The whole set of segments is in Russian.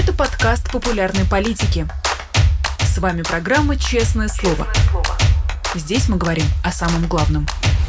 Это подкаст популярной политики. С вами программа «Честное слово». Здесь мы говорим о самом главном.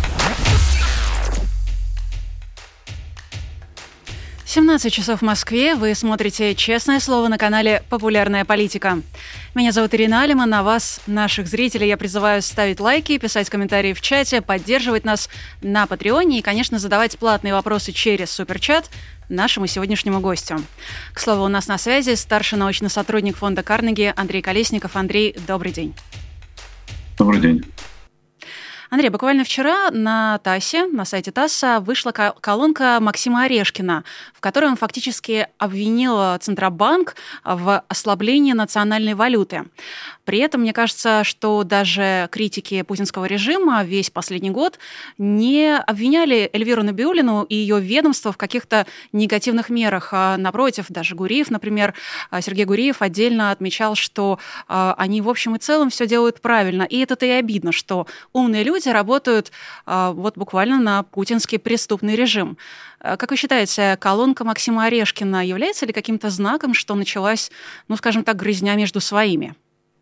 17 часов в Москве. Вы смотрите «Честное слово» на канале «Популярная политика». Меня зовут Ирина Алиман, а вас, наших зрителей, я призываю ставить лайки, писать комментарии в чате, поддерживать нас на Патреоне и, конечно, задавать платные вопросы через суперчат нашему сегодняшнему гостю. К слову, у нас на связи старший научный сотрудник фонда Карнеги Андрей Колесников. Андрей, добрый день. Добрый день. Андрей, буквально вчера на ТАССе, на сайте ТАССа, вышла колонка Максима Орешкина, в которой он фактически обвинил Центробанк в ослаблении национальной валюты. При этом, мне кажется, что даже критики путинского режима весь последний год не обвиняли Эльвиру Набиуллину и ее ведомство в каких-то негативных мерах. Напротив, даже Гуриев, например, Сергей Гуриев отдельно отмечал, что они в общем и целом все делают правильно. И это-то и обидно, что умные люди работают вот буквально на путинский преступный режим. Как вы считаете, колонка Максима Орешкина является ли каким-то знаком, что началась, скажем так, грызня между своими?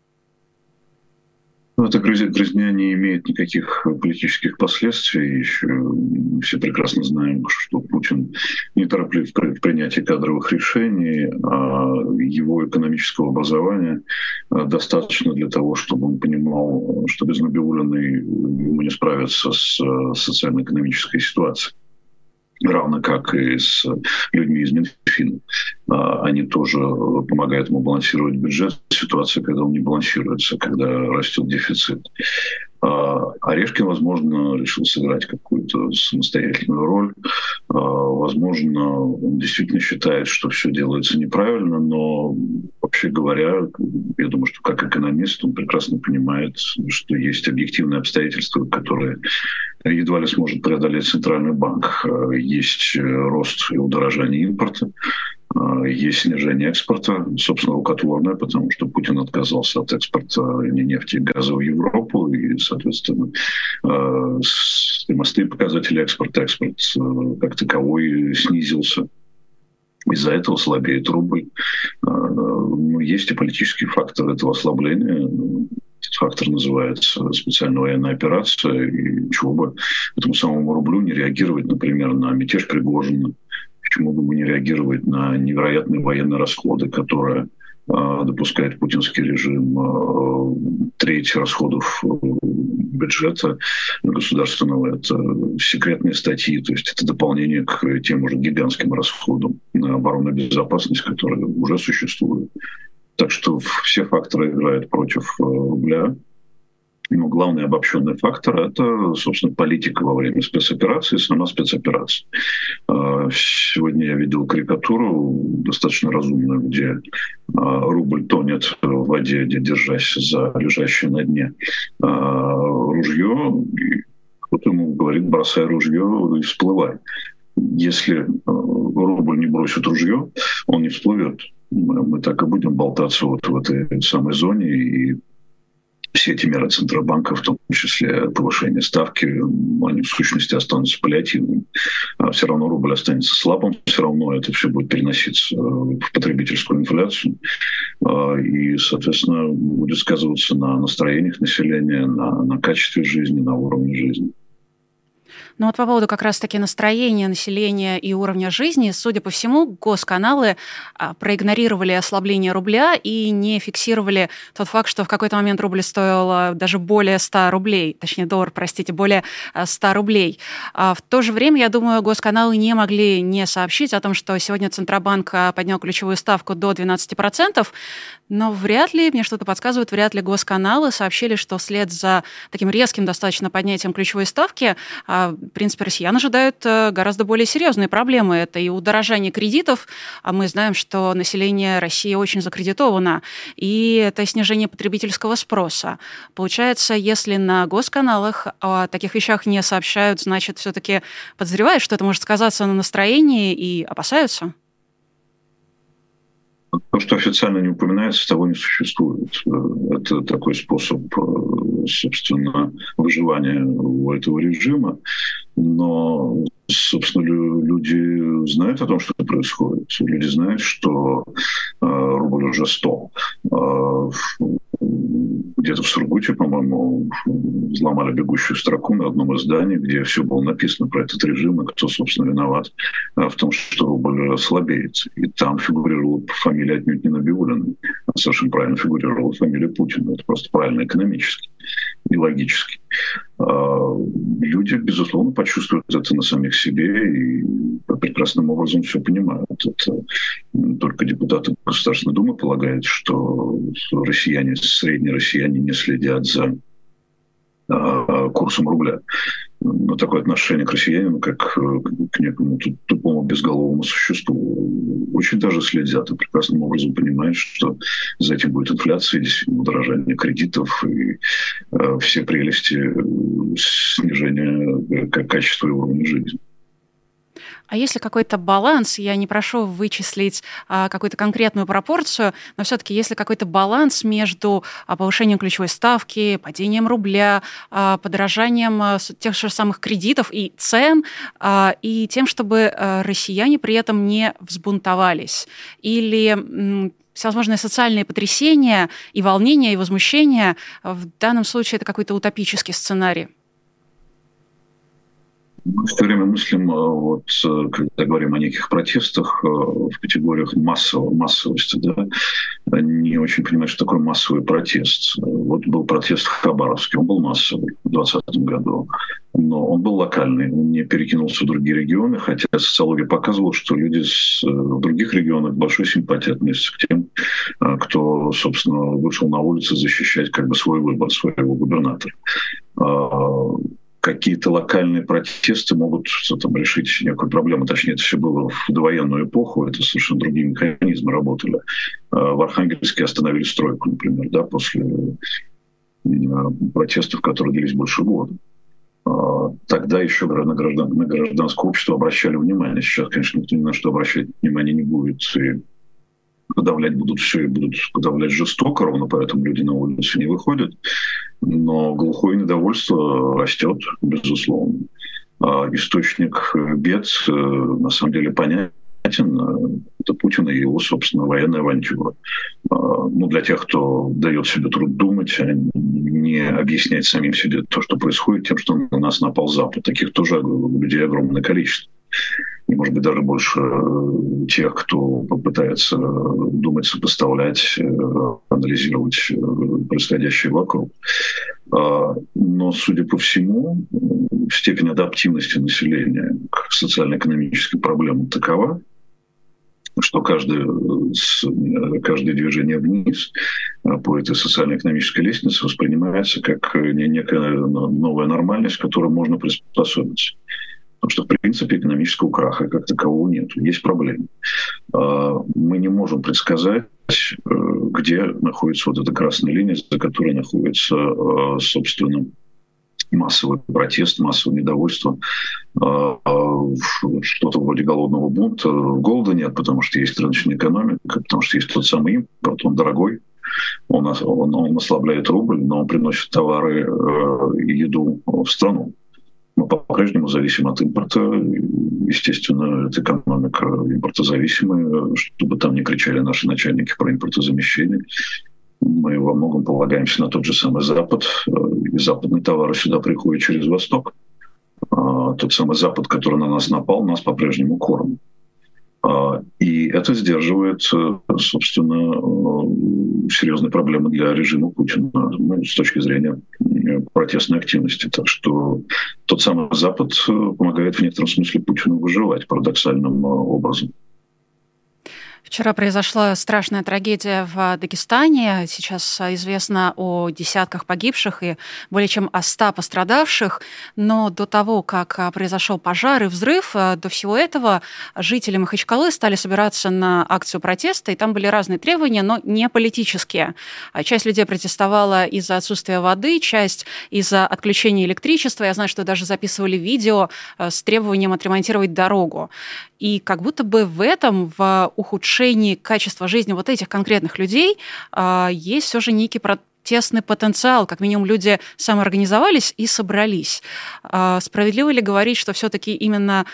Эта грызня не имеет никаких политических последствий. Еще все прекрасно знаем, что Путин нетороплив в принятии кадровых решений, а его экономического образования достаточно для того, чтобы он понимал, что без Набиуллиной ему не справиться с социально-экономической ситуацией. Равно как и с людьми из Минфина. Они тоже помогают ему балансировать бюджет в ситуации, когда он не балансируется, когда растет дефицит. Орешкин, возможно, решил сыграть какую-то самостоятельную роль. Возможно, он действительно считает, что все делается неправильно, но, вообще говоря, я думаю, что как экономист он прекрасно понимает, что есть объективные обстоятельства, которые едва ли сможет преодолеть Центральный банк. Есть рост и удорожание импорта, есть снижение экспорта, собственно, рукотворное, потому что Путин отказался от экспорта нефти и газа в Европу, и, соответственно, стремостные показатели экспорта, экспорт как таковой снизился. Из-за этого слабеет рубль. Есть и политический фактор этого ослабления. Этот фактор называется специальная военная операция. И чего бы этому самому рублю не реагировать, например, на мятеж Пригожина? Почему бы не реагировать на невероятные военные расходы, которые допускает путинский режим? Треть расходов бюджета государственного — это секретные статьи, то есть это дополнение к тем уже гигантским расходам на оборонную безопасность, которые уже существуют. Так что все факторы играют против рубля. Но главный обобщенный фактор — это, собственно, политика во время спецоперации, сама спецоперация. Сегодня я видел карикатуру достаточно разумную, где рубль тонет в воде, держась за лежащее на дне ружье, и кто-то ему говорит: бросай ружье и всплывай. Если рубль не бросит ружье, он не всплывет. Мы так и будем болтаться вот в этой самой зоне, и все эти меры Центробанка, в том числе повышение ставки, они в сущности останутся паллиативными. Все равно рубль останется слабым, все равно это все будет переноситься в потребительскую инфляцию. И, соответственно, будет сказываться на настроениях населения, на качестве жизни, на уровне жизни. Но вот по поводу как раз-таки настроения населения и уровня жизни, судя по всему, госканалы проигнорировали ослабление рубля и не фиксировали тот факт, что в какой-то момент рубль стоил даже более 100 рублей, точнее доллар, простите, более 100 рублей. В то же время, я думаю, госканалы не могли не сообщить о том, что сегодня Центробанк поднял ключевую ставку до 12%, но вряд ли, мне что-то подсказывает, вряд ли госканалы сообщили, что вслед за таким резким достаточно поднятием ключевой ставки, в принципе, россиян ожидают гораздо более серьезные проблемы. Это и удорожание кредитов, а мы знаем, что население России очень закредитовано, и это снижение потребительского спроса. Получается, если на госканалах о таких вещах не сообщают, значит, все-таки подозревают, что это может сказаться на настроении и опасаются? То, что официально не упоминается, того не существует. Это такой способ, собственно, выживания у этого режима. Но, собственно, люди знают о том, что происходит. Люди знают, что рубль уже 100. Где-то в Сургуте, по-моему, взломали бегущую строку на одном из зданий, где все было написано про этот режим и кто, собственно, виноват в том, что рубль слабеет. И там фигурировала фамилия отнюдь не Набиуллина, а совершенно правильно фигурировала фамилия Путина. Это просто правильно экономически и логически. Люди, безусловно, почувствуют это на самих себе и прекрасным образом все понимают. Это только депутаты Государственной Думы полагают, что россияне, средние россияне не следят за курсом рубля. Но такое отношение к россиянину, как к некому тупому безголовому существу, очень даже следят и прекрасным образом понимают, что за этим будет инфляция, удорожание кредитов и все прелести снижения качества и уровня жизни. А если какой-то баланс, я не прошу вычислить какую-то конкретную пропорцию, но все-таки если какой-то баланс между повышением ключевой ставки, падением рубля, подорожанием тех же самых кредитов и цен, и тем, чтобы россияне при этом не взбунтовались, или всевозможные социальные потрясения и волнения, и возмущения, в данном случае это какой-то утопический сценарий? Мы все время мыслим, вот, когда говорим о неких протестах, в категориях массовости, да, не очень понимают, что такое массовый протест. Вот был протест в Хабаровске, он был массовый в 2020 году, но он был локальный, он не перекинулся в другие регионы, хотя социология показывала, что люди в других регионах большой симпатией относятся к тем, кто, собственно, вышел на улицу защищать как бы свой выбор, своего губернатора. Какие-то локальные протесты могут там решить некую проблему. Точнее, это все было в довоенную эпоху, это совершенно другие механизмы работали. В Архангельске остановили стройку, например, да, после протестов, которые длились больше года. Тогда еще на гражданское общество обращали внимание. Сейчас, конечно, никто ни на что обращать внимание не будет. И подавлять будут все, и будут подавлять жестоко, ровно поэтому люди на улицу не выходят. Но глухое недовольство растет, безусловно. Источник бед, на самом деле, понятен. Это Путин и его, собственно, военная авантюра. Ну, для тех, кто дает себе труд думать, а не объяснять самим себе то, что происходит, тем, что на нас напал Запад. Таких тоже людей огромное количество. И, может быть, даже больше тех, кто попытается думать, сопоставлять, анализировать происходящее вокруг. Но, судя по всему, степень адаптивности населения к социально-экономическим проблемам такова, что каждое движение вниз по этой социально-экономической лестнице воспринимается как некая новая нормальность, к которой можно приспособиться. Потому что, в принципе, экономического краха как такового нет. Есть проблемы. Мы не можем предсказать, где находится вот эта красная линия, за которой находится, собственно, массовый протест, массовое недовольство, что-то вроде голодного бунта. Голода нет, потому что есть рыночная экономика, потому что есть тот самый импорт, он дорогой, он ослабляет рубль, но он приносит товары и еду в страну. Мы по-прежнему зависим от импорта. Естественно, эта экономика импортозависимая, чтобы там не кричали наши начальники про импортозамещение. Мы во многом полагаемся на тот же самый Запад, и западные товары сюда приходят через Восток. Тот самый Запад, который на нас напал, нас по-прежнему кормит. И это сдерживает, собственно, серьезные проблемы для режима Путина, ну, с точки зрения протестной активности. Так что тот самый Запад помогает в некотором смысле Путину выживать парадоксальным образом. Вчера произошла страшная трагедия в Дагестане. Сейчас известно о десятках погибших и более чем о 100 пострадавших. Но до того, как произошел пожар и взрыв, до всего этого жители Махачкалы стали собираться на акцию протеста, и там были разные требования, но не политические. Часть людей протестовала из-за отсутствия воды, часть из-за отключения электричества. Я знаю, что даже записывали видео с требованием отремонтировать дорогу. И как будто бы в этом, в ухудшении качества жизни вот этих конкретных людей есть все же некий протестный потенциал. Как минимум люди самоорганизовались и собрались. Справедливо ли говорить, что все-таки именно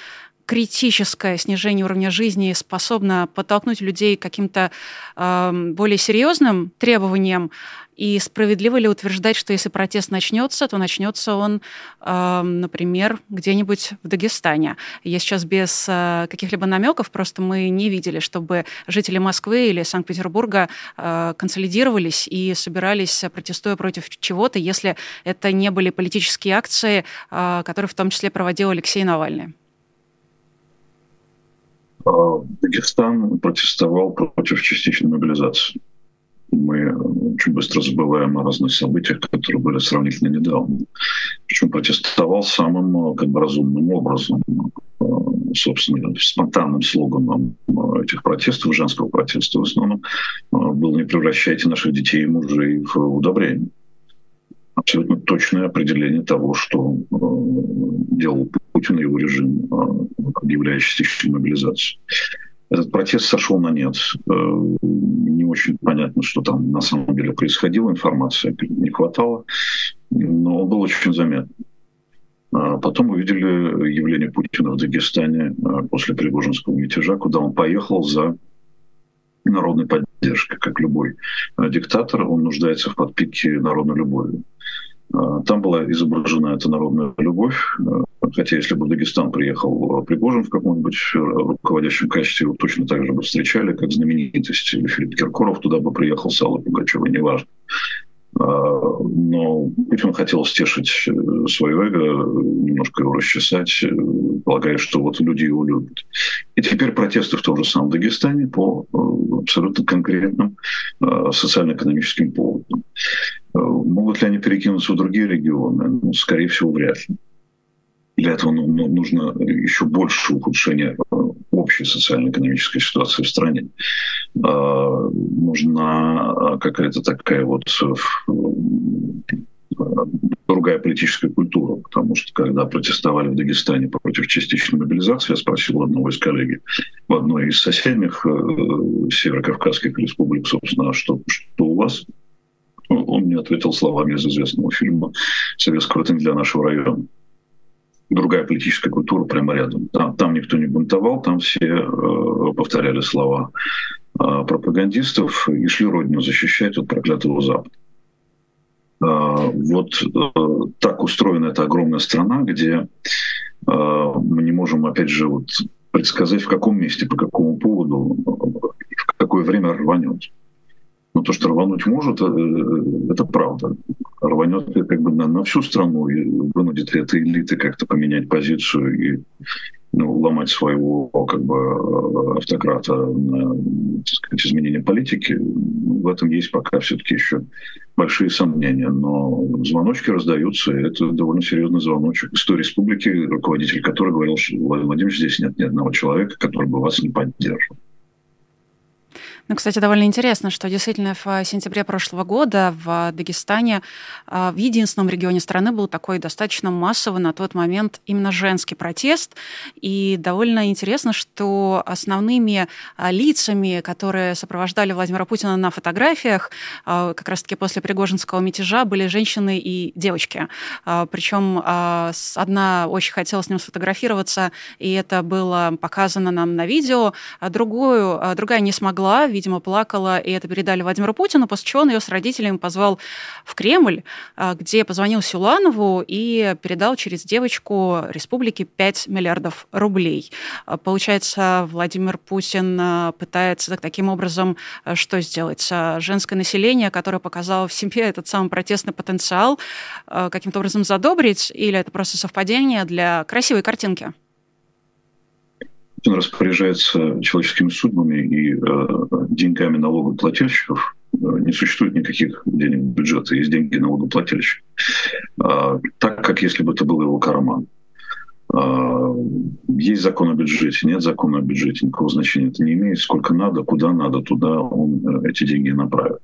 критическое снижение уровня жизни способно подтолкнуть людей к каким-то более серьезным требованиям? И справедливо ли утверждать, что если протест начнется, то начнется он, например, где-нибудь в Дагестане? Я сейчас без каких-либо намеков, просто мы не видели, чтобы жители Москвы или Санкт-Петербурга консолидировались и собирались, протестуя против чего-то, если это не были политические акции, которые в том числе проводил Алексей Навальный. Дагестан протестовал против частичной мобилизации. Мы очень быстро забываем о разных событиях, которые были сравнительно недавно. Причем протестовал самым разумным образом. Собственно, спонтанным слоганом этих протестов, женского протеста в основном, был: не превращайте наших детей и мужей в удобрение. Абсолютно точное определение того, что делал Путин и его режим, объявляя частичную мобилизацию. Этот протест сошел на нет. Не очень понятно, что там на самом деле происходило, информации не хватало, но он был очень заметен. Потом увидели явление Путина в Дагестане после Пригожинского мятежа, куда он поехал за народной поддержкой. Как любой диктатор, он нуждается в подпитке народной любовью. Там была изображена эта народная любовь, хотя если бы в Дагестан приехал Пригожин в каком-нибудь руководящем качестве, его точно так же бы встречали, как знаменитость, или Филипп Киркоров туда бы приехал с Аллой Пугачевой, неважно. Но Путин хотел стешить свое эго, немножко его расчесать, полагая, что вот люди его любят. И теперь протесты в том же самом Дагестане по абсолютно конкретным социально-экономическим поводам. Могут ли они перекинуться в другие регионы? Ну, скорее всего, вряд ли. Для этого нужно еще больше ухудшения общей социально-экономической ситуации в стране. Нужна какая-то такая вот другая политическая культура, потому что когда протестовали в Дагестане против частичной мобилизации, я спросил одного из коллег в одной из соседних северокавказских республик, собственно, что у вас? Он мне ответил словами из известного фильма «Советского это не для нашего района». Другая политическая культура прямо рядом. Там никто не бунтовал, там все повторяли слова пропагандистов и шли родину защищать от проклятого Запада. Вот так устроена эта огромная страна, где мы не можем, опять же, вот предсказать, в каком месте, по какому поводу, в какое время рванет. Но то, что рвануть может, это правда. Рванет как бы на всю страну, и вынудит ли это элиты как-то поменять позицию и ломать своего как бы автократа на, так сказать, изменение политики. В этом есть пока все-таки еще большие сомнения. Но звоночки раздаются, и это довольно серьезный звоночек. Из той республики, руководитель которой говорил, что Владимир Владимирович, здесь нет ни одного человека, который бы вас не поддерживал. Ну, кстати, довольно интересно, что действительно в сентябре прошлого года в Дагестане, в единственном регионе страны, был такой достаточно массовый на тот момент именно женский протест. И довольно интересно, что основными лицами, которые сопровождали Владимира Путина на фотографиях, как раз-таки после Пригожинского мятежа, были женщины и девочки. Причем одна очень хотела с ним сфотографироваться, и это было показано нам на видео, а другая не смогла, видимо, плакала, и это передали Владимиру Путину, после чего он ее с родителями позвал в Кремль, где позвонил Силуанову и передал через девочку республике 5 миллиардов рублей. Получается, Владимир Путин пытается таким образом что сделать? Женское население, которое показало в себе этот самый протестный потенциал, каким-то образом задобрить, или это просто совпадение для красивой картинки? Он распоряжается человеческими судьбами и деньгами налогоплательщиков. Не существует никаких денег бюджета, есть деньги налогоплательщиков. Так, как если бы это был его карман. Есть закон о бюджете, нет закона о бюджете, никакого значения это не имеет. Сколько надо, куда надо, туда он эти деньги направит.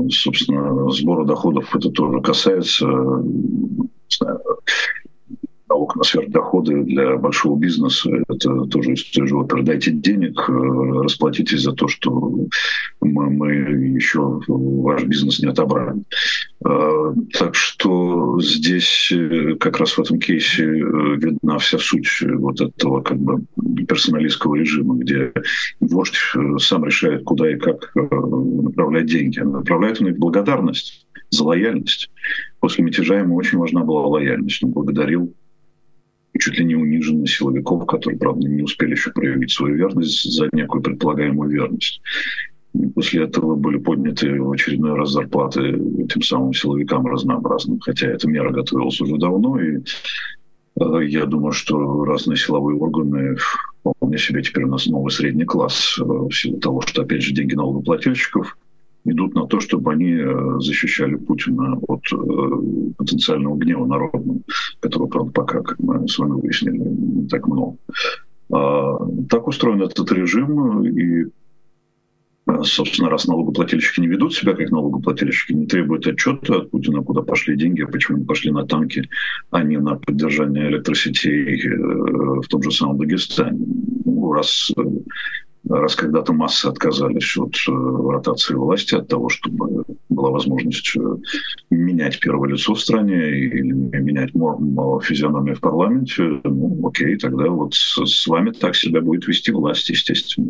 Собственно, сбора доходов это тоже касается. налог на сверхдоходы для большого бизнеса — это тоже из той же оперы. Дайте денег, расплатитесь за то, что мы еще ваш бизнес не отобрали. Так что здесь как раз в этом кейсе видна вся суть вот этого как бы персоналистского режима, где вождь сам решает, куда и как направлять деньги. Направляет он их в благодарность за лояльность. После мятежа ему очень важна была лояльность. Он благодарил чуть ли не униженных силовиков, которые, правда, не успели еще проявить свою верность за некую предполагаемую верность. И после этого были подняты в очередной раз зарплаты тем самым силовикам разнообразным, хотя эта мера готовилась уже давно, и я думаю, что разные силовые органы вполне себе теперь у нас новый средний класс в силу того, что, опять же, деньги налогоплательщиков идут на то, чтобы они защищали Путина от потенциального гнева народного, которого, правда, пока, как мы с вами выяснили, не так много. Так устроен этот режим, и, собственно, раз налогоплательщики не ведут себя как налогоплательщики, не требуют отчета от Путина, куда пошли деньги, почему они пошли на танки, а не на поддержание электросетей в том же самом Дагестане. Ну, раз когда-то массы отказались от ротации власти, от того, чтобы была возможность менять первое лицо в стране или менять физиономию в парламенте, ну, окей, тогда вот с вами так себя будет вести власть, естественно.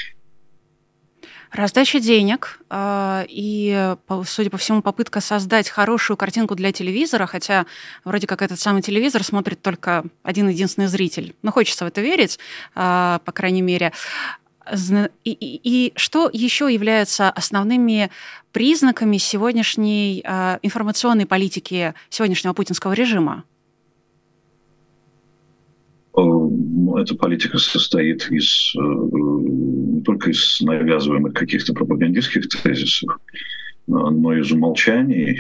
Раздача денег и, судя по всему, попытка создать хорошую картинку для телевизора, хотя вроде как этот самый телевизор смотрит только один-единственный зритель. Но хочется в это верить, по крайней мере. И что еще является основными признаками сегодняшней информационной политики сегодняшнего путинского режима? Эта политика состоит не только из навязываемых каких-то пропагандистских тезисов, но и из умолчаний.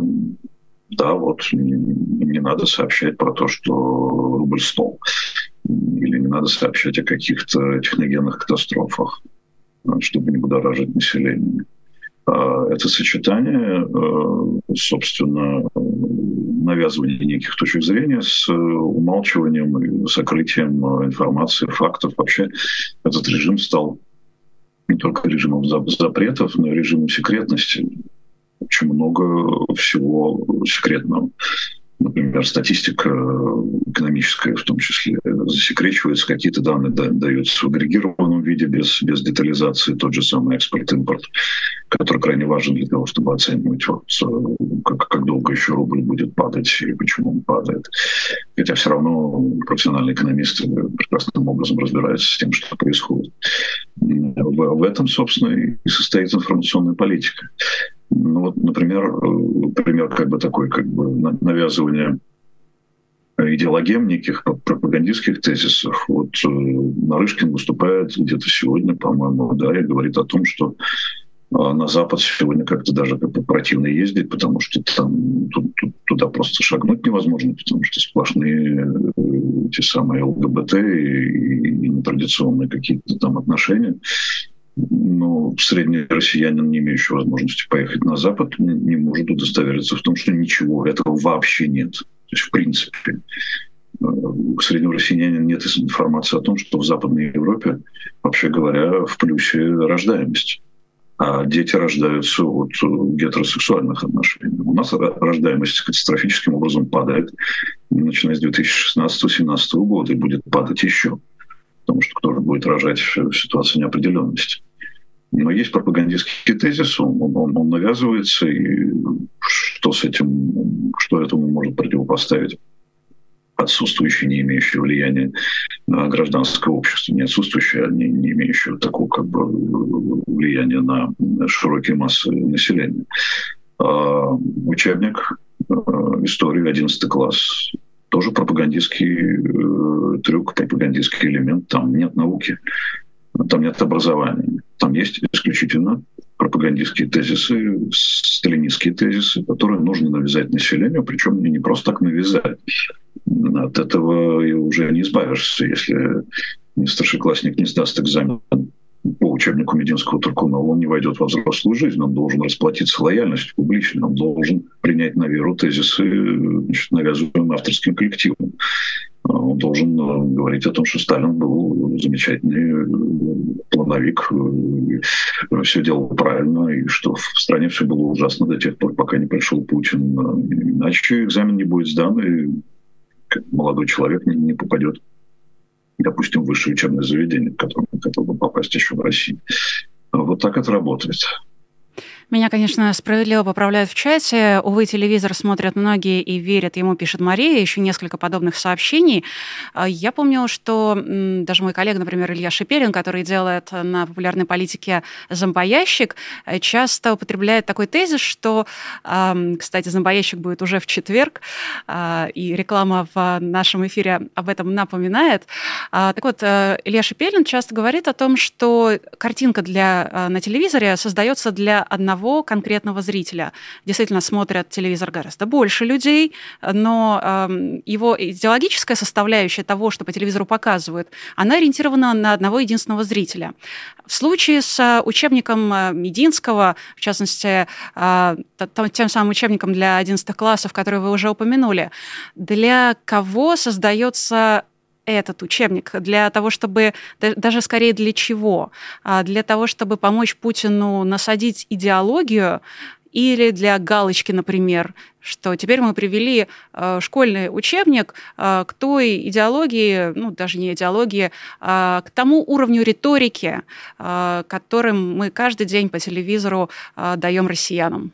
Да, вот не надо сообщать про то, что рубль стол. Или не надо сообщать о каких-то техногенных катастрофах, чтобы не будоражить население. Это сочетание, собственно, навязывания неких точек зрения с умалчиванием и сокрытием информации, фактов. Вообще этот режим стал не только режимом запретов, но и режимом секретности. Очень много всего секретного. Например, статистика экономическая в том числе засекречивается, какие-то данные даются в агрегированном виде, без детализации, тот же самый экспорт-импорт, который крайне важен для того, чтобы оценивать, вот, как долго еще рубль будет падать и почему он падает. Хотя все равно профессиональные экономисты прекрасным образом разбираются с тем, что происходит. В этом, собственно, и состоит информационная политика. Ну, вот, например, пример такой навязывания идеологем неких пропагандистских тезисов. Вот Нарышкин выступает где-то сегодня, по-моему, да, и говорит о том, что на Запад сегодня как-то даже противно ездить, потому что там туда просто шагнуть невозможно, потому что сплошные те самые ЛГБТ и нетрадиционные какие-то там отношения. Но средний россиянин, не имеющий возможности поехать на Запад, не может удостовериться в том, что ничего этого вообще нет. То есть, в принципе, у среднего россиянина нет информации о том, что в Западной Европе, вообще говоря, в плюсе рождаемость. А дети рождаются от гетеросексуальных отношений. У нас рождаемость катастрофическим образом падает, начиная с 2016-2017 года, и будет падать еще. Потому что кто же будет рожать в ситуации неопределенности. Но есть пропагандистский тезис, он навязывается, и что этому может противопоставить отсутствующее, не имеющее влияния на гражданское общество, не отсутствующее, а не имеющее такого влияния на широкие массы населения. Учебник истории 11 класс. Тоже пропагандистский трюк, пропагандистский элемент. Там нет науки, там нет образования. Там есть исключительно пропагандистские тезисы, сталинистские тезисы, которые нужно навязать населению, причем не просто так навязать. От этого уже не избавишься, если старшеклассник не сдаст экзамен по учебнику Мединского Туркунова, он не войдет во взрослую жизнь, он должен расплатиться лояльностью публично, он должен принять на веру тезисы, навязываемые авторским коллективом. Он должен говорить о том, что Сталин был замечательный плановик, все делал правильно, и что в стране все было ужасно до тех пор, пока не пришел Путин. Иначе экзамен не будет сдан, и молодой человек не попадет, допустим, в высшее учебное заведение, в которое он хотел бы попасть еще в России. Вот так это работает. Меня, конечно, справедливо поправляют в чате. Увы, телевизор смотрят многие и верят ему, пишет Мария. Еще несколько подобных сообщений. Я помню, что даже мой коллега, например, Илья Шипелин, который делает на популярной политике «Зомбоящик», часто употребляет такой тезис, что, кстати, «Зомбоящик» будет уже в четверг, и реклама в нашем эфире об этом напоминает. Так вот, Илья Шипелин часто говорит о том, что картинка на телевизоре создается для одного конкретного зрителя. Действительно, смотрят телевизор гораздо больше людей, но его идеологическая составляющая того, что по телевизору показывают, она ориентирована на одного единственного зрителя. В случае с учебником Мединского, в частности, тем самым учебником для 11 классов, который вы уже упомянули, для кого создается этот учебник? Для того, чтобы... Даже скорее для чего? Для того, чтобы помочь Путину насадить идеологию, или для галочки, например, что теперь мы привели школьный учебник к той идеологии, ну, даже не идеологии, к тому уровню риторики, которым мы каждый день по телевизору даем россиянам?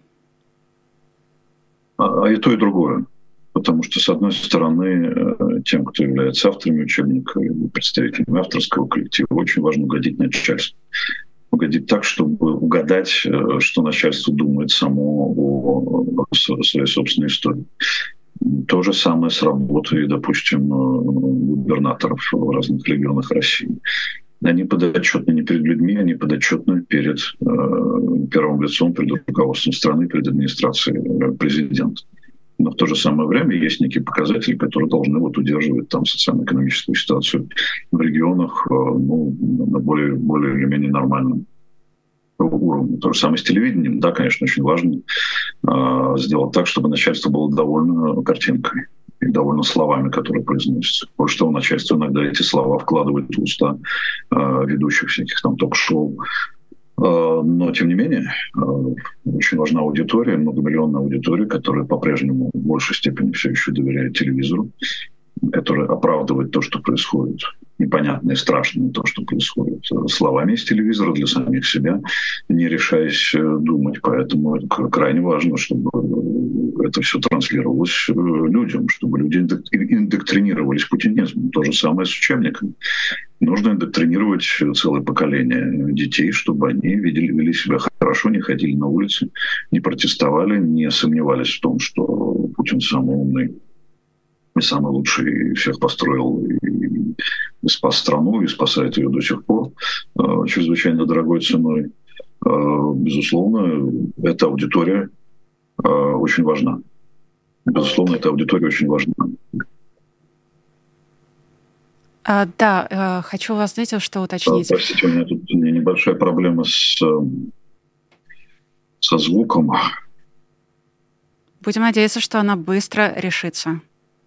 И то, и другое. Потому что, с одной стороны, тем, кто является авторами учебника, представителями авторского коллектива, очень важно угодить начальству. Угодить так, чтобы угадать, что начальство думает само о своей собственной истории. То же самое с работой, допустим, губернаторов в разных регионах России. Они подотчетны не перед людьми, они подотчетны перед первым лицом, перед руководством страны, перед администрацией президента. Но в то же самое время есть некие показатели, которые должны удерживать там социально-экономическую ситуацию в регионах на более или менее нормальном уровне. То же самое с телевидением. Да, конечно, очень важно сделать так, чтобы начальство было довольно картинкой и довольно словами, которые произносятся. Потому что у начальства иногда эти слова вкладывают в уста ведущих всяких там ток-шоу. Но, тем не менее, очень важна аудитория, многомиллионная аудитория, которая по-прежнему в большей степени все еще доверяет телевизору, которая оправдывает то, что происходит, непонятное и страшное то, что происходит, словами из телевизора для самих себя, не решаясь думать. Поэтому это крайне важно, чтобы это все транслировалось людям, чтобы люди индоктринировались путинизмом. То же самое с учебниками. Нужно индоктринировать целое поколение детей, чтобы они вели себя хорошо, не ходили на улицы, не протестовали, не сомневались в том, что Путин самый умный и самый лучший, и всех построил и спас страну, и спасает ее до сих пор чрезвычайно дорогой ценой. Безусловно, эта аудитория очень важна. Безусловно, эта аудитория очень важна. Да, хочу вас, знаете, что уточнить. Простите, у меня тут небольшая проблема со звуком. Будем надеяться, что она быстро решится.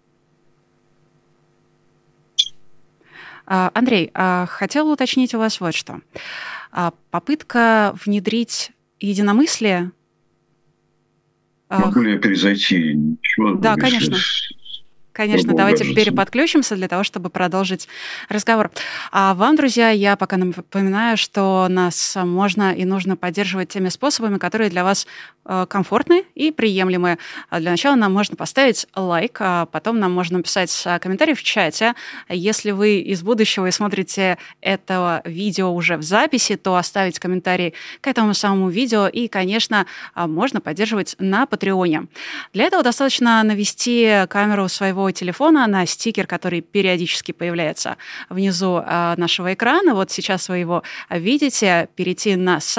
Андрей, хотела уточнить у вас вот что. Попытка внедрить единомыслие... Могу ли я перезайти? Да, конечно. Конечно, давайте переподключимся для того, чтобы продолжить разговор. А вам, друзья, я пока напоминаю, что нас можно и нужно поддерживать теми способами, которые для вас комфортны и приемлемы. Для начала нам можно поставить лайк, а потом нам можно написать комментарий в чате. Если вы из будущего и смотрите это видео уже в записи, то оставить комментарий к этому самому видео. И, конечно, можно поддерживать на Патреоне. Для этого достаточно навести камеру своего телефона на стикер, который периодически появляется внизу нашего экрана. Вот сейчас вы его видите. Перейти на сайт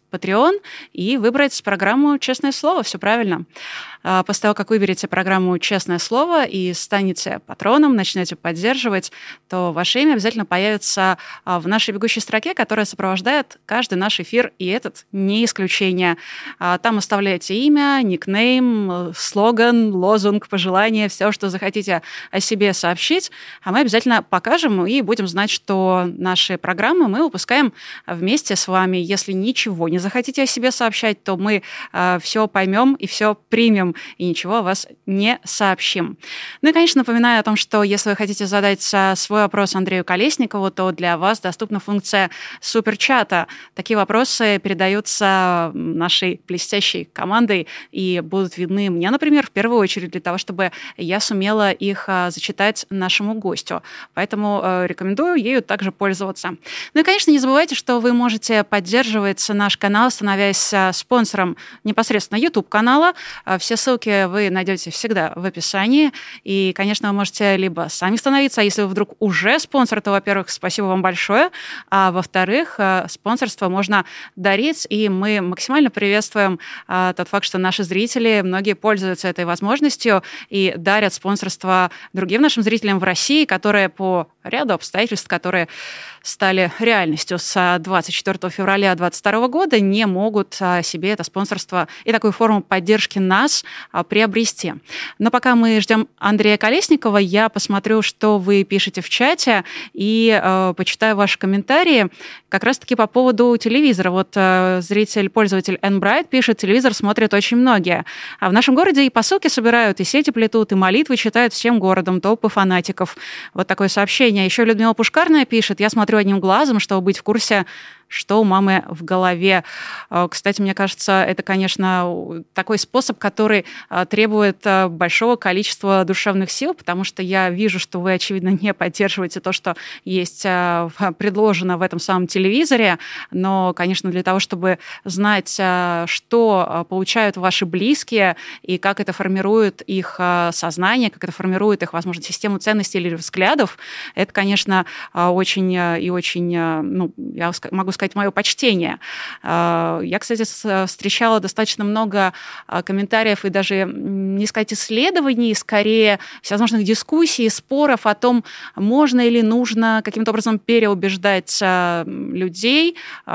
Patreon и выбрать программу «Честное слово». Все правильно. После того, как выберете программу «Честное слово» и станете патроном, начнете поддерживать, то ваше имя обязательно появится в нашей бегущей строке, которая сопровождает каждый наш эфир, и этот не исключение. Там оставляете имя, никнейм, слоган, лозунг, пожелание, все, что захотите о себе сообщить, а мы обязательно покажем и будем знать, что наши программы мы выпускаем вместе с вами. Если ничего не захотите о себе сообщать, то мы все поймем и все примем, и ничего о вас не сообщим. Ну и, конечно, напоминаю о том, что если вы хотите задать свой вопрос Андрею Колесникову, то для вас доступна функция суперчата. Такие вопросы передаются нашей блестящей командой и будут видны мне, например, в первую очередь для того, чтобы я сумела их зачитать нашему гостю. Поэтому рекомендую ею также пользоваться. Ну и, конечно, не забывайте, что вы можете поддерживать наш канал, становясь спонсором непосредственно YouTube-канала. Все ссылки вы найдете всегда в описании. И, конечно, вы можете либо сами становиться, а если вы вдруг уже спонсор, то, во-первых, спасибо вам большое, а во-вторых, спонсорство можно дарить, и мы максимально приветствуем тот факт, что наши зрители, многие пользуются этой возможностью и дарят спонсорство другим нашим зрителям в России, которые по ряду обстоятельств, которые стали реальностью с 24 февраля 2022 года, не могут себе это спонсорство и такую форму поддержки нас приобрести. Но пока мы ждем Андрея Колесникова, я посмотрю, что вы пишете в чате, и почитаю ваши комментарии как раз-таки по поводу телевизора. Вот зритель-пользователь N-Bright пишет: телевизор смотрят очень многие. А в нашем городе и посылки собирают, и сети плетут, и молитвы читают всем городом, толпы фанатиков. Вот такое сообщение. Еще Людмила Пушкарная пишет: я смотрю одним глазом, чтобы быть в курсе, что у мамы в голове. Кстати, мне кажется, это, конечно, такой способ, который требует большого количества душевных сил, потому что я вижу, что вы, очевидно, не поддерживаете то, что есть предложено в этом самом телевизоре, но, конечно, для того, чтобы знать, что получают ваши близкие и как это формирует их сознание, как это формирует их, возможно, систему ценностей или взглядов, это, конечно, очень и очень, я могу сказать, мое почтение. Я, кстати, встречала достаточно много комментариев и даже, не сказать, исследований, скорее всевозможных дискуссий, споров о том, можно или нужно каким-то образом переубеждать людей,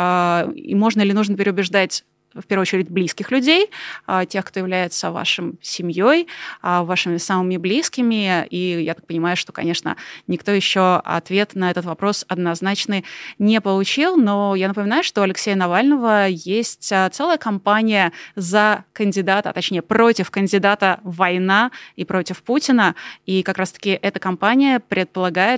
и можно или нужно переубеждать в первую очередь близких людей, тех, кто является вашим семьей, вашими самыми близкими. И я так понимаю, что, конечно, никто еще ответ на этот вопрос однозначный не получил. Но я напоминаю, что у Алексея Навального есть целая кампания за кандидата, а точнее против кандидата «Война» и против Путина. И как раз-таки эта кампания предполагает,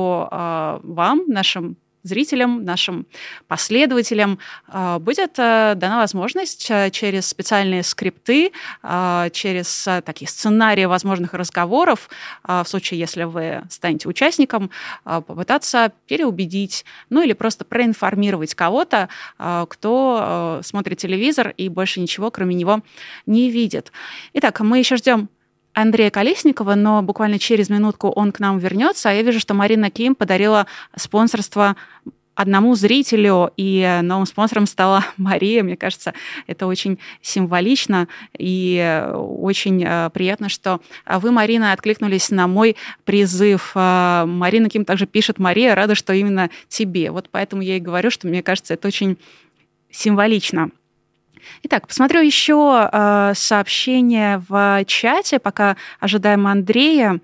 что вам, нашим зрителям, нашим последователям будет дана возможность через специальные скрипты, через такие сценарии возможных разговоров, в случае, если вы станете участником, попытаться переубедить, или просто проинформировать кого-то, кто смотрит телевизор и больше ничего, кроме него, не видит. Итак, мы еще ждем Андрея Колесникова, но буквально через минутку он к нам вернется. А я вижу, что Марина Ким подарила спонсорство одному зрителю, и новым спонсором стала Мария. Мне кажется, это очень символично и очень приятно, что вы, Марина, откликнулись на мой призыв. Марина Ким также пишет: Мария, рада, что именно тебе. Вот поэтому я и говорю, что мне кажется, это очень символично. Итак, посмотрю еще сообщение в чате, пока ожидаем Андрея.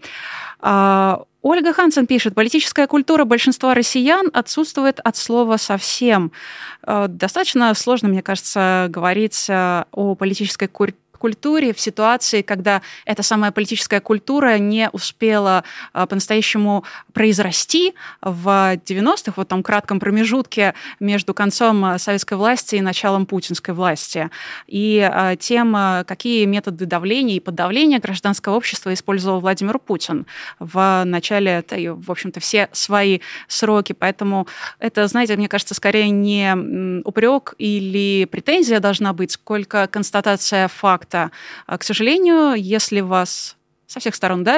Ольга Хансен пишет: политическая культура большинства россиян отсутствует от слова совсем. Достаточно сложно, мне кажется, говорить о политической культуре в ситуации, когда эта самая политическая культура не успела по-настоящему произрасти в 90-х, в том кратком промежутке между концом советской власти и началом путинской власти, и тем, какие методы давления и подавления гражданского общества использовал Владимир Путин в начале, в общем-то, все свои сроки. Поэтому это, знаете, мне кажется, скорее не упрек или претензия должна быть, сколько констатация факта. К сожалению, если вас со всех сторон давят,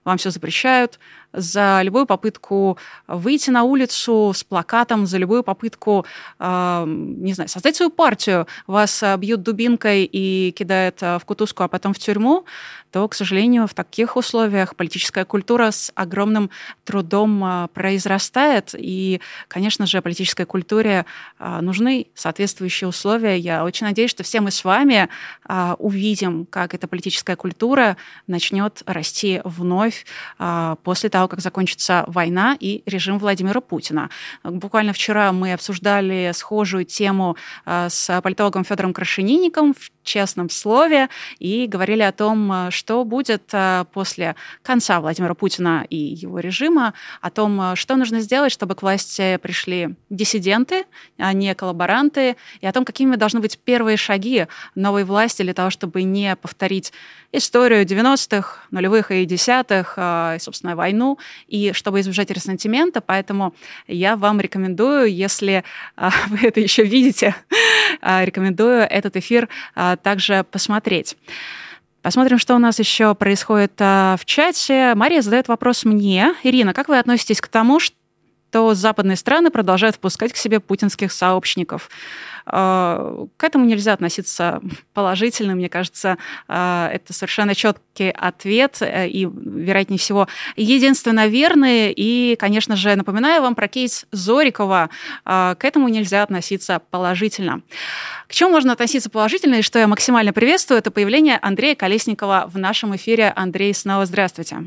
вам все запрещают, за любую попытку выйти на улицу с плакатом, за любую попытку, не знаю, создать свою партию, вас бьют дубинкой и кидают в кутузку, а потом в тюрьму, то, к сожалению, в таких условиях политическая культура с огромным трудом произрастает. И, конечно же, политической культуре нужны соответствующие условия. Я очень надеюсь, что все мы с вами увидим, как эта политическая культура начнет расти вновь после того, как закончится война и режим Владимира Путина. Буквально вчера мы обсуждали схожую тему с политологом Федором Крашенинником в «Честном слове» и говорили о том, что будет после конца Владимира Путина и его режима, о том, что нужно сделать, чтобы к власти пришли диссиденты, а не коллаборанты, и о том, какими должны быть первые шаги новой власти для того, чтобы не повторить историю 90-х, нулевых и десятых, и, собственно, войну, и чтобы избежать ресентимента. Поэтому я вам рекомендую, если вы это еще видите, рекомендую этот эфир также посмотреть. Посмотрим, что у нас еще происходит в чате. Мария задает вопрос мне. Ирина, как вы относитесь к тому, что западные страны продолжают впускать к себе путинских сообщников? К этому нельзя относиться положительно. Мне кажется, это совершенно четкий ответ и, вероятнее всего, единственно верный. И, конечно же, напоминаю вам про кейс Зорикова. К этому нельзя относиться положительно. К чему можно относиться положительно и что я максимально приветствую, это появление Андрея Колесникова в нашем эфире. Андрей, снова здравствуйте.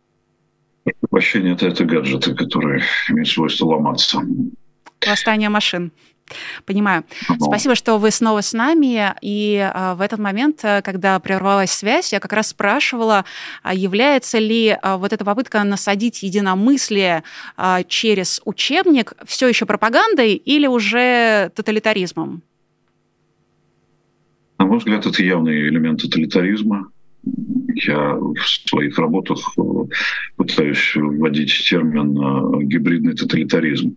Вообще это гаджеты, которые имеют свойство ломаться. Восстание машин. Понимаю. Спасибо, что вы снова с нами. И в этот момент, когда прервалась связь, я как раз спрашивала, является ли вот эта попытка насадить единомыслие через учебник все еще пропагандой или уже тоталитаризмом? На мой взгляд, это явный элемент тоталитаризма. Я в своих работах пытаюсь вводить термин «гибридный тоталитаризм»,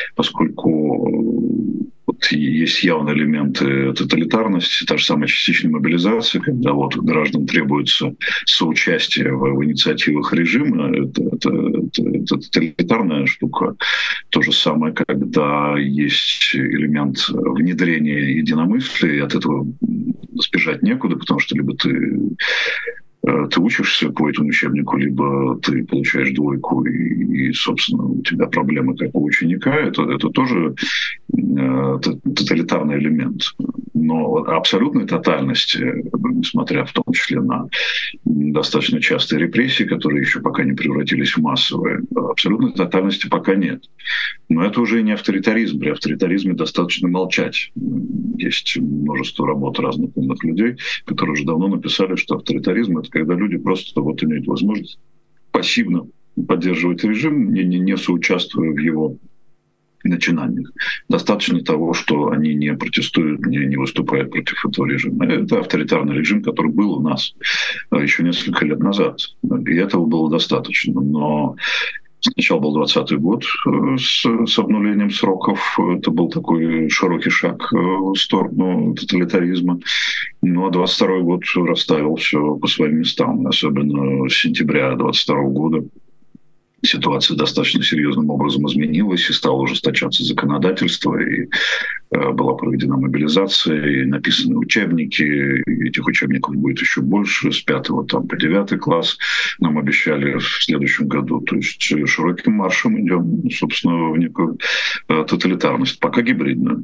поскольку есть явные элементы тоталитарности, та же самая частичная мобилизация, когда гражданам требуется соучастие в инициативах режима, это тоталитарная штука. То же самое, когда есть элемент внедрения единомыслия, и от этого сбежать некуда, потому что либо ты учишься по этому учебнику, либо ты получаешь двойку, и собственно, у тебя проблемы как у ученика. Это тоже тоталитарный элемент. Но абсолютной тотальности, несмотря в том числе на достаточно частые репрессии, которые еще пока не превратились в массовые, абсолютной тотальности пока нет. Но это уже не авторитаризм. При авторитаризме достаточно молчать. Есть множество работ разных умных людей, которые уже давно написали, что авторитаризм — это когда люди просто имеют возможность пассивно поддерживать режим, не соучаствуя в его начинаниях. Достаточно того, что они не протестуют, не выступают против этого режима. Это авторитарный режим, который был у нас еще несколько лет назад. И этого было достаточно. Но сначала был 2020 год с обнулением сроков. Это был такой широкий шаг в сторону тоталитаризма. Ну а 2022 год расставил все по своим местам. Особенно с сентября 2022 года ситуация достаточно серьезным образом изменилась, и стало ужесточаться законодательство, и была проведена мобилизация, и написаны учебники, и этих учебников будет еще больше, с 5 по 9 класс нам обещали в следующем году. То есть широким маршем идем, собственно, в некую тоталитарность, пока гибридную.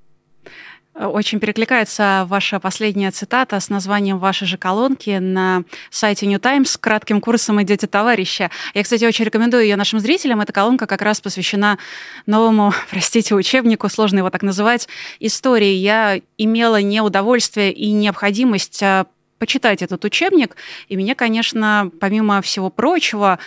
Очень перекликается ваша последняя цитата с названием вашей же колонки на сайте New Times с кратким курсом «Идете, товарищи». Я, кстати, очень рекомендую ее нашим зрителям. Эта колонка как раз посвящена новому, учебнику, сложно его так называть, истории. Я имела неудовольствие и необходимость почитать этот учебник, и меня, конечно, помимо всего прочего,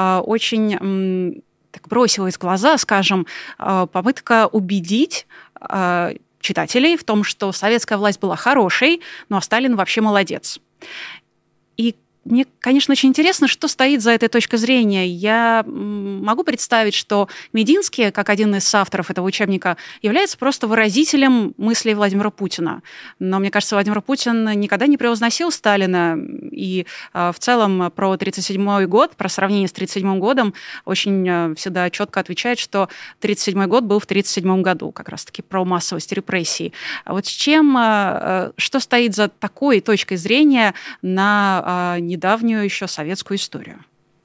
очень так бросилась в глаза, скажем, попытка убедить читателей в том, что советская власть была хорошей, ну а Сталин вообще молодец. И мне, конечно, очень интересно, что стоит за этой точкой зрения. Я могу представить, что Мединский, как один из авторов этого учебника, является просто выразителем мыслей Владимира Путина. Но мне кажется, Владимир Путин никогда не превозносил Сталина. И в целом про 1937 год, про сравнение с 1937 годом очень всегда четко отвечает, что 1937 год был в 1937 году, как раз-таки про массовость репрессий. А вот что стоит за такой точкой зрения на недавнюю еще советскую историю?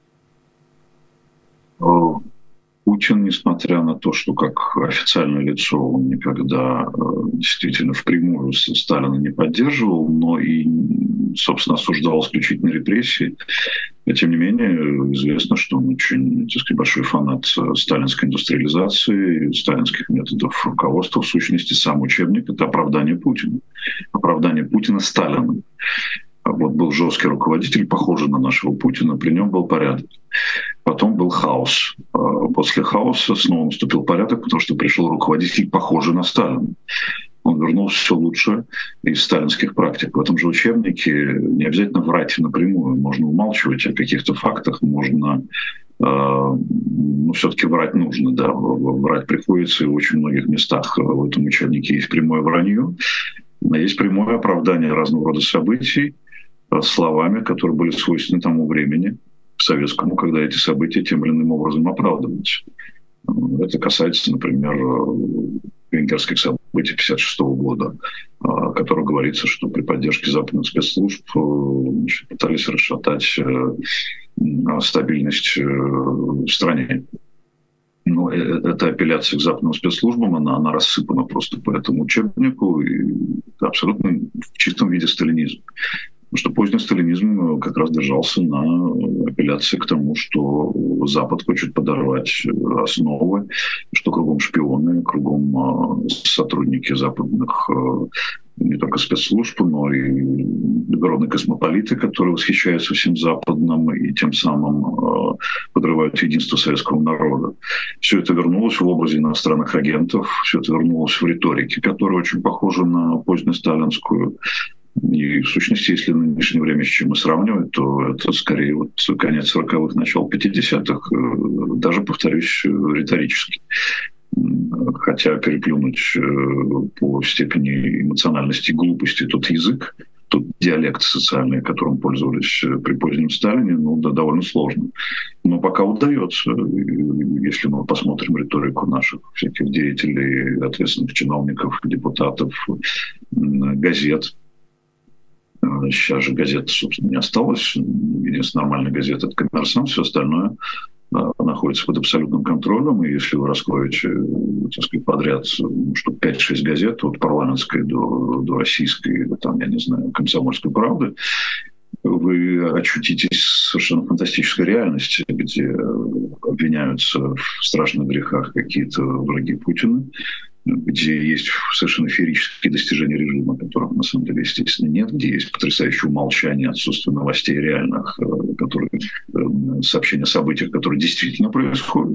Путин, несмотря на то, что как официальное лицо он никогда действительно впрямую Сталина не поддерживал, но и, собственно, осуждал исключительно репрессии, тем не менее, известно, что он очень, так сказать, большой фанат сталинской индустриализации, сталинских методов руководства. В сущности, сам учебник — это оправдание Путина. Оправдание Путина Сталиным. Вот был жесткий руководитель, похожий на нашего Путина, при нем был порядок. Потом был хаос. После хаоса снова наступил порядок, потому что пришел руководитель, похожий на Сталина. Он вернул все лучше из сталинских практик. В этом же учебнике не обязательно врать напрямую. Можно умалчивать о каких-то фактах, можно... все-таки врать нужно, да. Врать приходится, и в очень многих местах в этом учебнике есть прямое вранье, есть прямое оправдание разного рода событий словами, которые были свойственны тому времени, советскому, когда эти события тем или иным образом оправдывались. Это касается, например, венгерских событий 1956 года, о которых говорится, что при поддержке западных спецслужб пытались расшатать стабильность в стране. Но эта апелляция к западным спецслужбам, она рассыпана просто по этому учебнику, и абсолютно в чистом виде сталинизм. Потому что поздний сталинизм как раз держался на апелляции к тому, что Запад хочет подорвать основы, что кругом шпионы, кругом сотрудники западных не только спецслужб, но и благородные космополиты, которые восхищаются всем западным и тем самым подрывают единство советского народа. Все это вернулось в образе иностранных агентов, все это вернулось в риторике, которая очень похожа на позднесталинскую. И в сущности, если в нынешнее время с чем мы сравниваем, то это скорее вот конец 40-х, начало 50-х, даже, повторюсь, риторически. Хотя переплюнуть по степени эмоциональности и глупости тот язык, тот диалект социальный, которым пользовались при позднем Сталине, довольно сложно. Но пока удается, если мы посмотрим риторику наших всяких деятелей, ответственных чиновников, депутатов, газет. Сейчас же газет, собственно, не осталось. Единственная нормальная газета — это «Коммерсант», все остальное находится под абсолютным контролем. И если вы раскроете, так сказать, подряд штук 5-6 газет, от парламентской до российской, там, я не знаю, «Комсомольской правды», вы очутитесь в совершенно фантастической реальности, где обвиняются в страшных грехах какие-то враги Путина, где есть совершенно феерические достижения режима, которых на самом деле, естественно, нет, где есть потрясающее умолчание, отсутствие новостей реальных, сообщения о событиях, которые действительно происходят,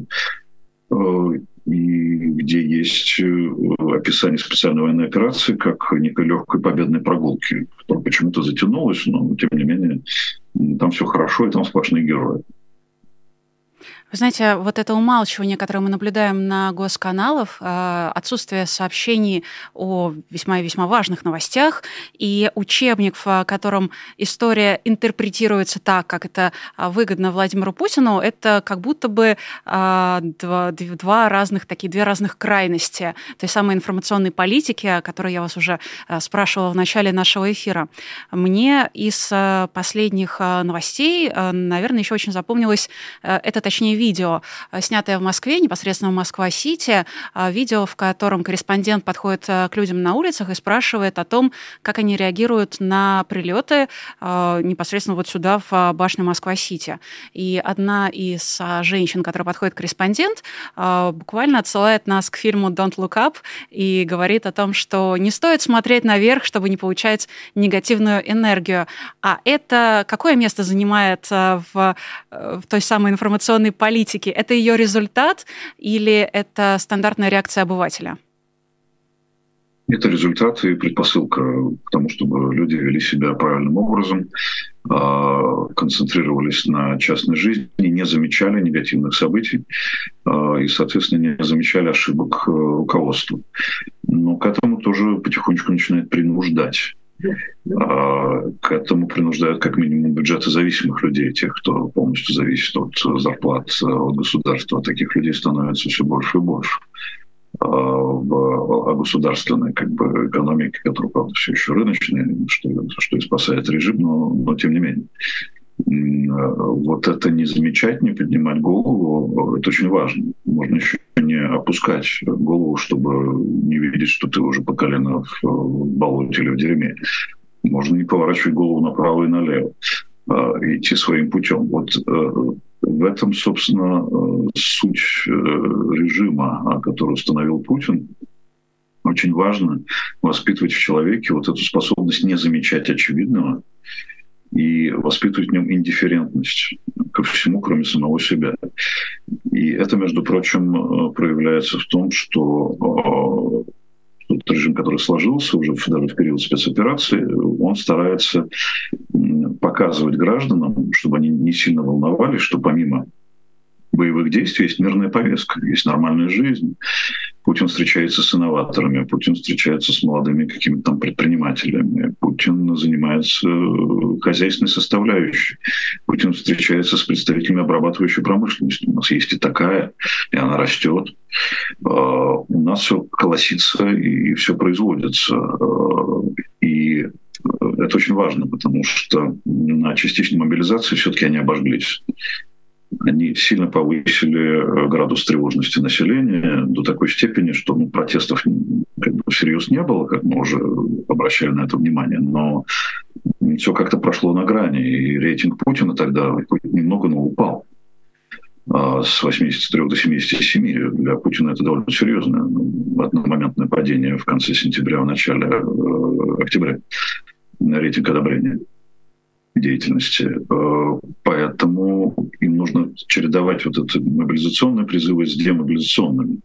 и где есть описание специальной военной операции как некой легкой победной прогулки, которая почему-то затянулась, но, тем не менее, там все хорошо, и там сплошные герои. Вы знаете, вот это умалчивание, которое мы наблюдаем на госканалах, отсутствие сообщений о весьма и весьма важных новостях и учебник, в котором история интерпретируется так, как это выгодно Владимиру Путину, это как будто бы две разных крайности той самой информационной политики, о которой я вас уже спрашивала в начале нашего эфира. Мне из последних новостей, наверное, еще очень запомнилось это, точнее, видео, снятое в Москве, непосредственно в Москва-Сити, видео, в котором корреспондент подходит к людям на улицах и спрашивает о том, как они реагируют на прилеты непосредственно вот сюда, в башню Москва-Сити. И одна из женщин, которая подходит к корреспондент, буквально отсылает нас к фильму «Don't Look Up» и говорит о том, что не стоит смотреть наверх, чтобы не получать негативную энергию. А это какое место занимает в той самой информационной политики? Это ее результат или это стандартная реакция обывателя? Это результат и предпосылка к тому, чтобы люди вели себя правильным образом, концентрировались на частной жизни, не замечали негативных событий и, соответственно, не замечали ошибок руководства. Но к этому тоже потихонечку начинает принуждать. К этому принуждают как минимум бюджеты зависимых людей, тех, кто полностью зависит от зарплат от государства. Таких людей становится все больше и больше. В государственной экономике, которая, правда, все еще рыночная, что и спасает режим, но тем не менее. Вот это не замечать, не поднимать голову, это очень важно. Можно еще не опускать голову, чтобы не видеть, что ты уже по колено в болоте или в дерьме. Можно не поворачивать голову направо и налево, идти своим путем. Вот в этом, собственно, суть режима, который установил Путин. Очень важно воспитывать в человеке вот эту способность не замечать очевидного и воспитывать в нем индифферентность ко всему, кроме самого себя. И это, между прочим, проявляется в том, что тот режим, который сложился уже даже в период спецоперации, он старается показывать гражданам, чтобы они не сильно волновались, что помимо боевых действий есть мирная повестка, есть нормальная жизнь. Путин встречается с инноваторами, Путин встречается с молодыми какими-то там предпринимателями, Путин занимается хозяйственной составляющей, Путин встречается с представителями обрабатывающей промышленности. У нас есть и такая, и она растет. У нас все колосится и все производится. И это очень важно, потому что на частичной мобилизации все-таки они обожглись. Они сильно повысили градус тревожности населения до такой степени, что протестов всерьез не было, как мы уже обращали на это внимание, но все как-то прошло на грани, и рейтинг Путина тогда немного, но упал с 83 до 77. Для Путина это довольно серьезное одномоментное падение в конце сентября, в начале октября на рейтинг одобрения деятельности. Поэтому им нужно чередовать вот эти мобилизационные призывы с демобилизационными.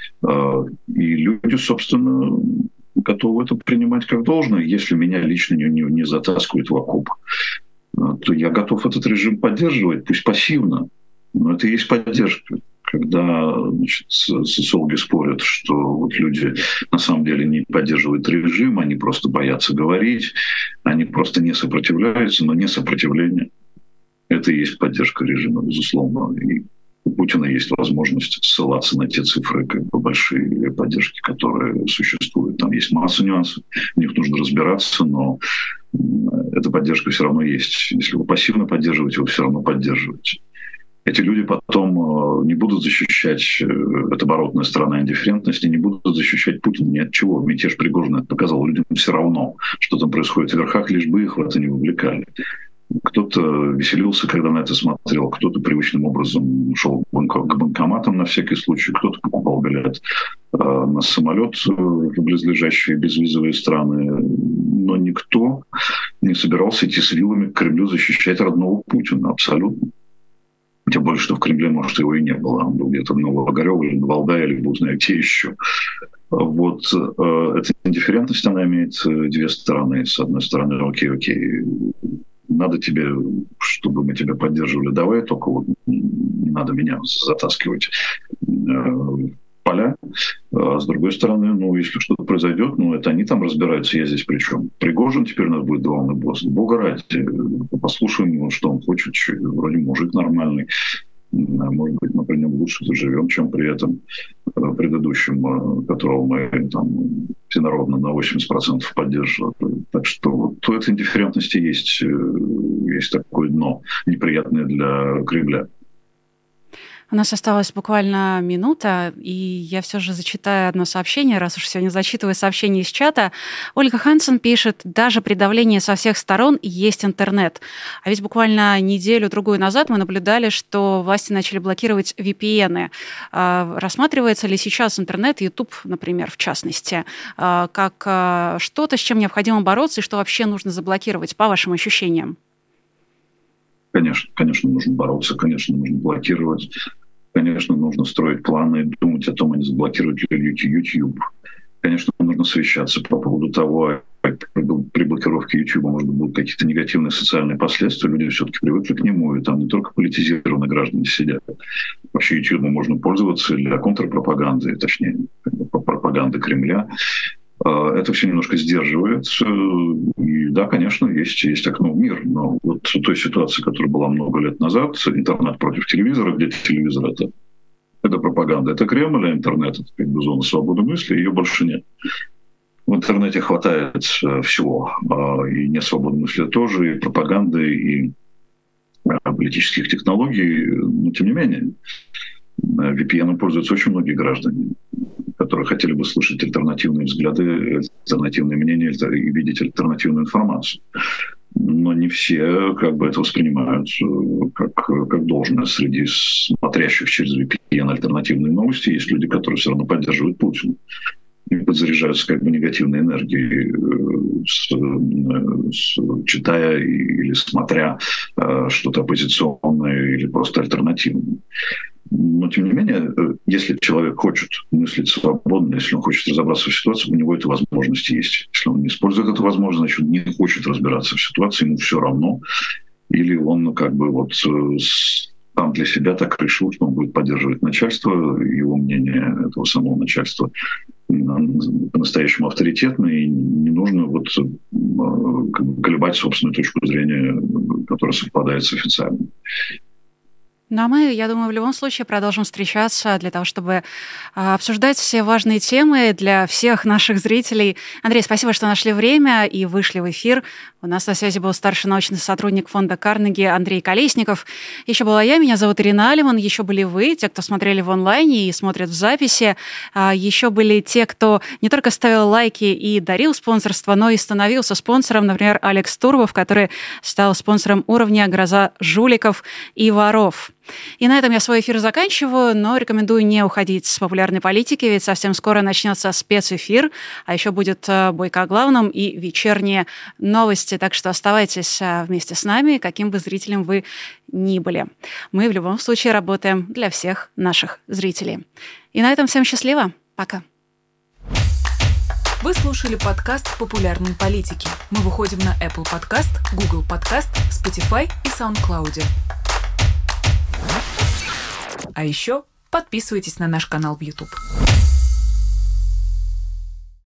И люди, собственно, готовы это принимать как должное. Если меня лично не затаскивают в окоп, то я готов этот режим поддерживать, пусть пассивно, но это и есть поддержка. Когда социологи спорят, что вот люди на самом деле не поддерживают режим, они просто боятся говорить, они просто не сопротивляются, но не сопротивление — это и есть поддержка режима, безусловно. И у Путина есть возможность ссылаться на те цифры, большие поддержки, которые существуют. Там есть масса нюансов, в них нужно разбираться, но эта поддержка все равно есть. Если вы пассивно поддерживаете, вы все равно поддерживаете. Эти люди потом не будут защищать, это оборотная сторона индифферентности, не будут защищать Путина ни от чего. Мятеж Пригожина показал людям все равно, что там происходит в верхах, лишь бы их в это не вовлекали. Кто-то веселился, когда на это смотрел, кто-то привычным образом шел к банкоматам на всякий случай, кто-то покупал билет на самолет в близлежащие безвизовые страны. Но никто не собирался идти с вилами к Кремлю защищать родного Путина, абсолютно. Тем более, что в Кремле, может, его и не было. Он был где-то в Новоогарево или на Валдае, или бог знает где еще. Вот эта индифферентность, она имеет две стороны. С одной стороны, окей, надо тебе, чтобы мы тебя поддерживали, давай, только вот не надо меня затаскивать в поля. А с другой стороны, если что-то произойдет, это они там разбираются, я здесь при чем? Пригожин теперь у нас будет главный босс. Бога ради, послушаем его, что он хочет, вроде мужик нормальный. Может быть, мы при нем лучше заживем, чем при этом предыдущем, которого мы там всенародно на 80% поддерживали. Так что вот у этой индифферентности есть такое дно, неприятное для Кремля. У нас осталась буквально минута, и я все же зачитаю одно сообщение, раз уж сегодня зачитываю сообщение из чата. Ольга Хансен пишет: «Даже при давлении со всех сторон есть интернет». А ведь буквально неделю-другую назад мы наблюдали, что власти начали блокировать VPN. Рассматривается ли сейчас интернет, YouTube, например, в частности, как что-то, с чем необходимо бороться, и что вообще нужно заблокировать, по вашим ощущениям? Конечно, нужно бороться, конечно, нужно блокировать, конечно, нужно строить планы, думать о том, а не заблокировать ли YouTube. конечно, нужно совещаться по поводу того, при блокировке YouTube, может быть, будут какие-то негативные социальные последствия. Люди все-таки привыкли к нему, и там не только политизированные граждане сидят. Вообще YouTube можно пользоваться для контрпропаганды, точнее, пропаганды Кремля. Это все немножко сдерживает. И да, конечно, есть окно в мир. Но вот в той ситуации, которая была много лет назад, интернет против телевизора, где телевизор это пропаганда, это Кремль, а интернет — это как бы зона свободы мысли, ее больше нет. В интернете хватает всего, и несвободной мысли тоже, и пропаганды, и политических технологий, но тем не менее VPN пользуются очень многие граждане, которые хотели бы слышать альтернативные взгляды, альтернативные мнения и видеть альтернативную информацию. Но не все как бы это воспринимают как должное. Среди смотрящих через VPN альтернативные новости есть люди, которые все равно поддерживают Путина и подзаряжаются как бы негативной энергией, читая или смотря что-то оппозиционное или просто альтернативное. Но, тем не менее, если человек хочет мыслить свободно, если он хочет разобраться в ситуации, у него эта возможность есть. Если он не использует эту возможность, значит, он не хочет разбираться в ситуации, ему все равно. Или он как бы вот сам для себя так решил, что он будет поддерживать начальство, его мнение этого самого начальства по-настоящему авторитетно, и не нужно вот как бы колебать собственную точку зрения, которая совпадает с официальной. Ну а мы, я думаю, в любом случае продолжим встречаться для того, чтобы обсуждать все важные темы для всех наших зрителей. Андрей, спасибо, что нашли время и вышли в эфир. У нас на связи был старший научный сотрудник фонда Карнеги Андрей Колесников. Еще была я, меня зовут Ирина Алиман. Еще были вы, те, кто смотрели в онлайне и смотрят в записи. Еще были те, кто не только ставил лайки и дарил спонсорство, но и становился спонсором. Например, Алекс Турбов, который стал спонсором уровня «Гроза жуликов и воров». И на этом я свой эфир заканчиваю, но рекомендую не уходить с популярной политики, ведь совсем скоро начнется спецэфир, а еще будет «Бойко о главном» и вечерние новости. Так что оставайтесь вместе с нами, каким бы зрителем вы ни были. Мы в любом случае работаем для всех наших зрителей. И на этом всем счастливо. Пока. Вы слушали подкаст «Популярной политики». Мы выходим на Apple Podcast, Google Podcast, Spotify и SoundCloud. А еще подписывайтесь на наш канал в YouTube.